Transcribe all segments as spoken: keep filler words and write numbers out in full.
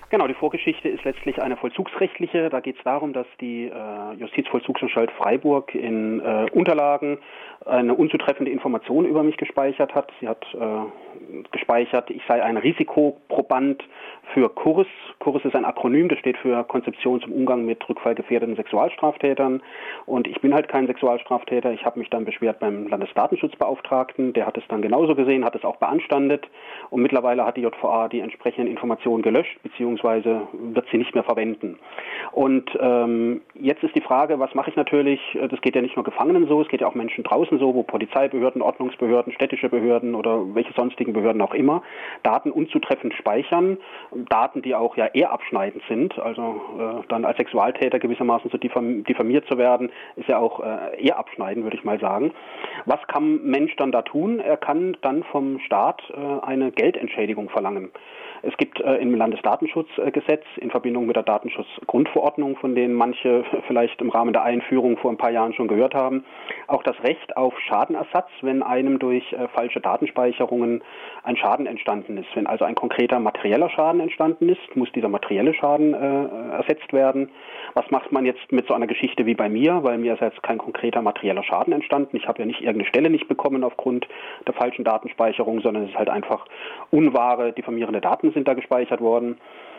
Genau, die Vorgeschichte ist letztlich eine vollzugsrechtliche. Da geht es darum, dass die äh, Justizvollzugsanstalt Freiburg in äh, Unterlagen eine unzutreffende Information über mich gespeichert hat. Sie hat äh, gespeichert, ich sei ein Risikoproband für Kurs. Kurs ist ein Akronym, das steht für Konzeption zum Umgang mit rückfallgefährdeten Sexualstraftätern. Und ich bin halt kein Sexualstraftäter. Ich habe mich dann beschwert beim Landesdatenschutzbeauftragten. Der hat es dann genauso gesehen, hat es auch beanstandet. Und mittlerweile hat die J V A die entsprechenden Informationen gelöscht, beziehungsweise wird sie nicht mehr verwenden. Und ähm, jetzt ist die Frage, was mache ich natürlich? Das geht ja nicht nur Gefangenen so, es geht ja auch Menschen draußen so, wo Polizeibehörden, Ordnungsbehörden, städtische Behörden oder welche sonstigen Behörden auch immer Daten unzutreffend speichern. Daten, die auch ja eher abschneidend sind, also äh, dann als Sexualtäter gewissermaßen so diffam- diffamiert zu werden, ist ja auch äh, eher abschneidend, würde ich mal sagen. Was kann ein Mensch dann da tun? Er kann dann vom Staat äh, eine Geldentschädigung verlangen. Es gibt äh, im Landesdatenschutzgesetz in Verbindung mit der Datenschutzgrundverordnung, von denen manche vielleicht im Rahmen der Einführung vor ein paar Jahren schon gehört haben, auch das Recht auf Schadenersatz, wenn einem durch äh, falsche Datenspeicherungen ein Schaden entstanden ist. Wenn also ein konkreter materieller Schaden entstanden ist, muss dieser materielle Schaden äh, ersetzt werden. Was macht man jetzt mit so einer Geschichte wie bei mir? Weil mir ist jetzt kein konkreter materieller Schaden entstanden. Ich habe ja nicht irgendeine Stelle nicht bekommen aufgrund der falschen Datenspeicherung, sondern es ist halt einfach unwahre, diffamierende Daten sind da gespeichert worden.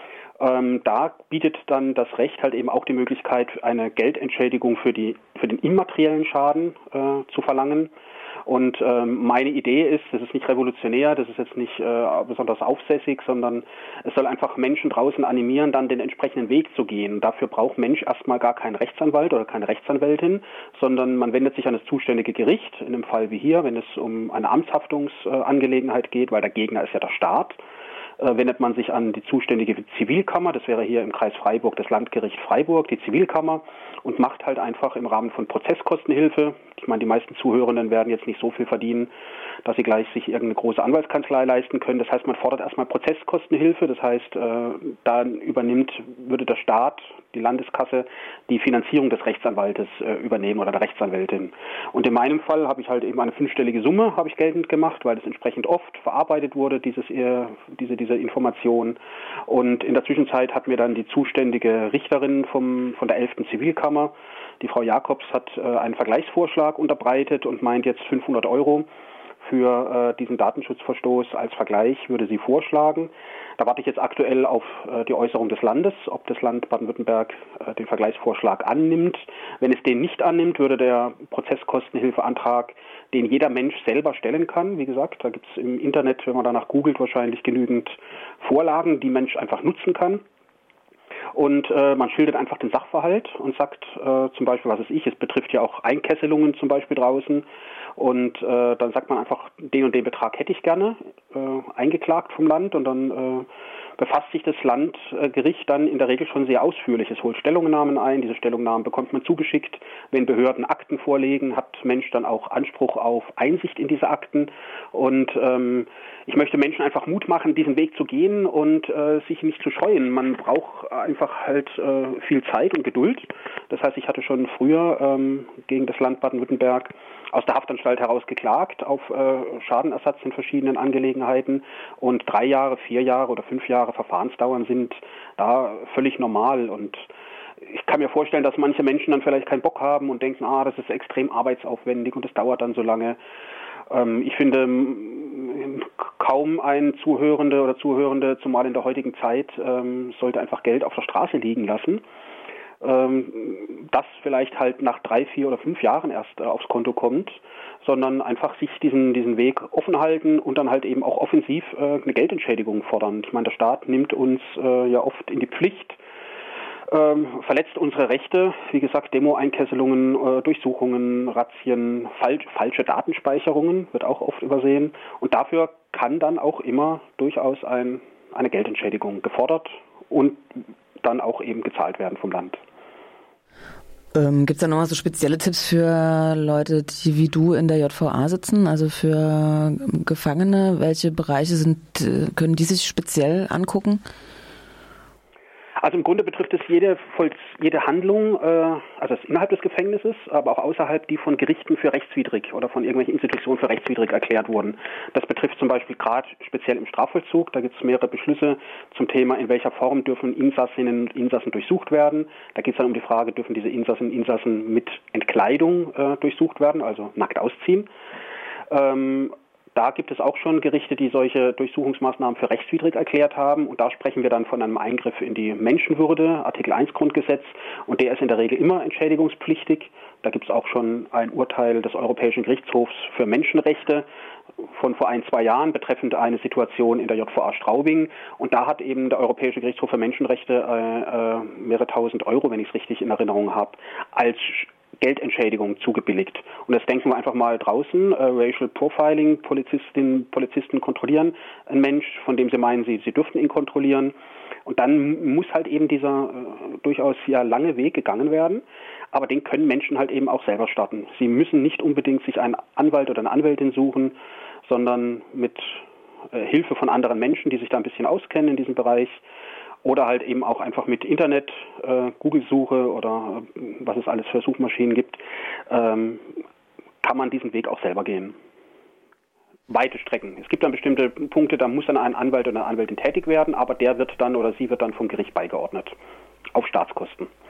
Ähm, da bietet dann das Recht halt eben auch die Möglichkeit, eine Geldentschädigung für die für den immateriellen Schaden äh, zu verlangen. Und ähm, meine Idee ist, das ist nicht revolutionär, das ist jetzt nicht äh, besonders aufsässig, sondern es soll einfach Menschen draußen animieren, dann den entsprechenden Weg zu gehen. Dafür braucht Mensch erstmal gar keinen Rechtsanwalt oder keine Rechtsanwältin, sondern man wendet sich an das zuständige Gericht, in einem Fall wie hier, wenn es um eine Amtshaftungsangelegenheit geht, weil der Gegner ist ja der Staat. Äh, wendet man sich an die zuständige Zivilkammer, das wäre hier im Kreis Freiburg das Landgericht Freiburg, die Zivilkammer, und macht halt einfach im Rahmen von Prozesskostenhilfe, ich meine, die meisten Zuhörenden werden jetzt nicht so viel verdienen, dass sie gleich sich irgendeine große Anwaltskanzlei leisten können. Das heißt, man fordert erstmal Prozesskostenhilfe, das heißt, äh, dann übernimmt, würde der Staat, die Landeskasse, die Finanzierung des Rechtsanwaltes äh, übernehmen oder der Rechtsanwältin. Und in meinem Fall habe ich halt eben eine fünfstellige Summe habe ich geltend gemacht, weil das entsprechend oft verarbeitet wurde, dieses, äh, diese, diese Information. Und in der Zwischenzeit hat mir dann die zuständige Richterin vom, von der elften Zivilkammer, die Frau Jakobs, hat äh, einen Vergleichsvorschlag unterbreitet und meint jetzt fünfhundert Euro für äh, diesen Datenschutzverstoß als Vergleich würde sie vorschlagen. Da warte ich jetzt aktuell auf äh, die Äußerung des Landes, ob das Land Baden-Württemberg äh, den Vergleichsvorschlag annimmt. Wenn es den nicht annimmt, würde der Prozesskostenhilfeantrag, den jeder Mensch selber stellen kann. Wie gesagt, da gibt es im Internet, wenn man danach googelt, wahrscheinlich genügend Vorlagen, die Mensch einfach nutzen kann. Und äh, man schildert einfach den Sachverhalt und sagt äh, zum Beispiel, was weiß ich, es betrifft ja auch Einkesselungen zum Beispiel draußen. Und äh, dann sagt man einfach, den und den Betrag hätte ich gerne äh, eingeklagt vom Land. Und dann äh, befasst sich das Landgericht dann in der Regel schon sehr ausführlich. Es holt Stellungnahmen ein. Diese Stellungnahmen bekommt man zugeschickt. Wenn Behörden Akten vorlegen, hat Mensch dann auch Anspruch auf Einsicht in diese Akten. Und ähm, ich möchte Menschen einfach Mut machen, diesen Weg zu gehen und äh, sich nicht zu scheuen. Man braucht einfach halt äh, viel Zeit und Geduld. Das heißt, ich hatte schon früher ähm, gegen das Land Baden-Württemberg aus der Haftanstalt heraus geklagt auf äh, Schadenersatz in verschiedenen Angelegenheiten. Und drei Jahre, vier Jahre oder fünf Jahre Verfahrensdauern sind da völlig normal. Und ich kann mir vorstellen, dass manche Menschen dann vielleicht keinen Bock haben und denken, ah, das ist extrem arbeitsaufwendig und das dauert dann so lange. Ähm, ich finde, kaum ein Zuhörende oder Zuhörende, zumal in der heutigen Zeit, ähm, sollte einfach Geld auf der Straße liegen lassen. Ähm, das vielleicht halt nach drei, vier oder fünf Jahren erst äh, aufs Konto kommt, sondern einfach sich diesen diesen Weg offen halten und dann halt eben auch offensiv äh, eine Geldentschädigung fordern. Ich meine, der Staat nimmt uns äh, ja oft in die Pflicht, ähm, verletzt unsere Rechte, wie gesagt, Demo-Einkesselungen, äh, Durchsuchungen, Razzien, falsch, falsche Datenspeicherungen, wird auch oft übersehen. Und dafür kann dann auch immer durchaus ein, eine Geldentschädigung gefordert und dann auch eben gezahlt werden vom Land. Ähm, gibt es da nochmal so spezielle Tipps für Leute, die wie du in der J V A sitzen, also für Gefangene? Welche Bereiche sind, können die sich speziell angucken? Also im Grunde betrifft es jede, Volks-, jede Handlung, äh, also innerhalb des Gefängnisses, aber auch außerhalb, die von Gerichten für rechtswidrig oder von irgendwelchen Institutionen für rechtswidrig erklärt wurden. Das betrifft zum Beispiel gerade speziell im Strafvollzug. Da gibt es mehrere Beschlüsse zum Thema, in welcher Form dürfen Insassinnen und Insassen durchsucht werden. Da geht es dann um die Frage, dürfen diese Insassinnen und Insassen mit Entkleidung äh, durchsucht werden, also nackt ausziehen. Ähm, Da gibt es auch schon Gerichte, die solche Durchsuchungsmaßnahmen für rechtswidrig erklärt haben. Und da sprechen wir dann von einem Eingriff in die Menschenwürde, Artikel eins Grundgesetz. Und der ist in der Regel immer entschädigungspflichtig. Da gibt es auch schon ein Urteil des Europäischen Gerichtshofs für Menschenrechte von vor ein, zwei Jahren betreffend eine Situation in der J V A Straubing. Und da hat eben der Europäische Gerichtshof für Menschenrechte äh, äh, mehrere tausend Euro, wenn ich es richtig in Erinnerung habe, als Geldentschädigung zugebilligt. Und das denken wir einfach mal draußen. Äh, Racial Profiling, Polizistinnen, Polizisten kontrollieren einen Mensch, von dem sie meinen, sie, sie dürften ihn kontrollieren. Und dann muss halt eben dieser äh, durchaus ja lange Weg gegangen werden. Aber den können Menschen halt eben auch selber starten. Sie müssen nicht unbedingt sich einen Anwalt oder eine Anwältin suchen, sondern mit äh, Hilfe von anderen Menschen, die sich da ein bisschen auskennen in diesem Bereich, oder halt eben auch einfach mit Internet, äh, Google-Suche oder äh, was es alles für Suchmaschinen gibt, ähm, kann man diesen Weg auch selber gehen. Weite Strecken. Es gibt dann bestimmte Punkte, da muss dann ein Anwalt oder eine Anwältin tätig werden, aber der wird dann oder sie wird dann vom Gericht beigeordnet. Auf Staatskosten.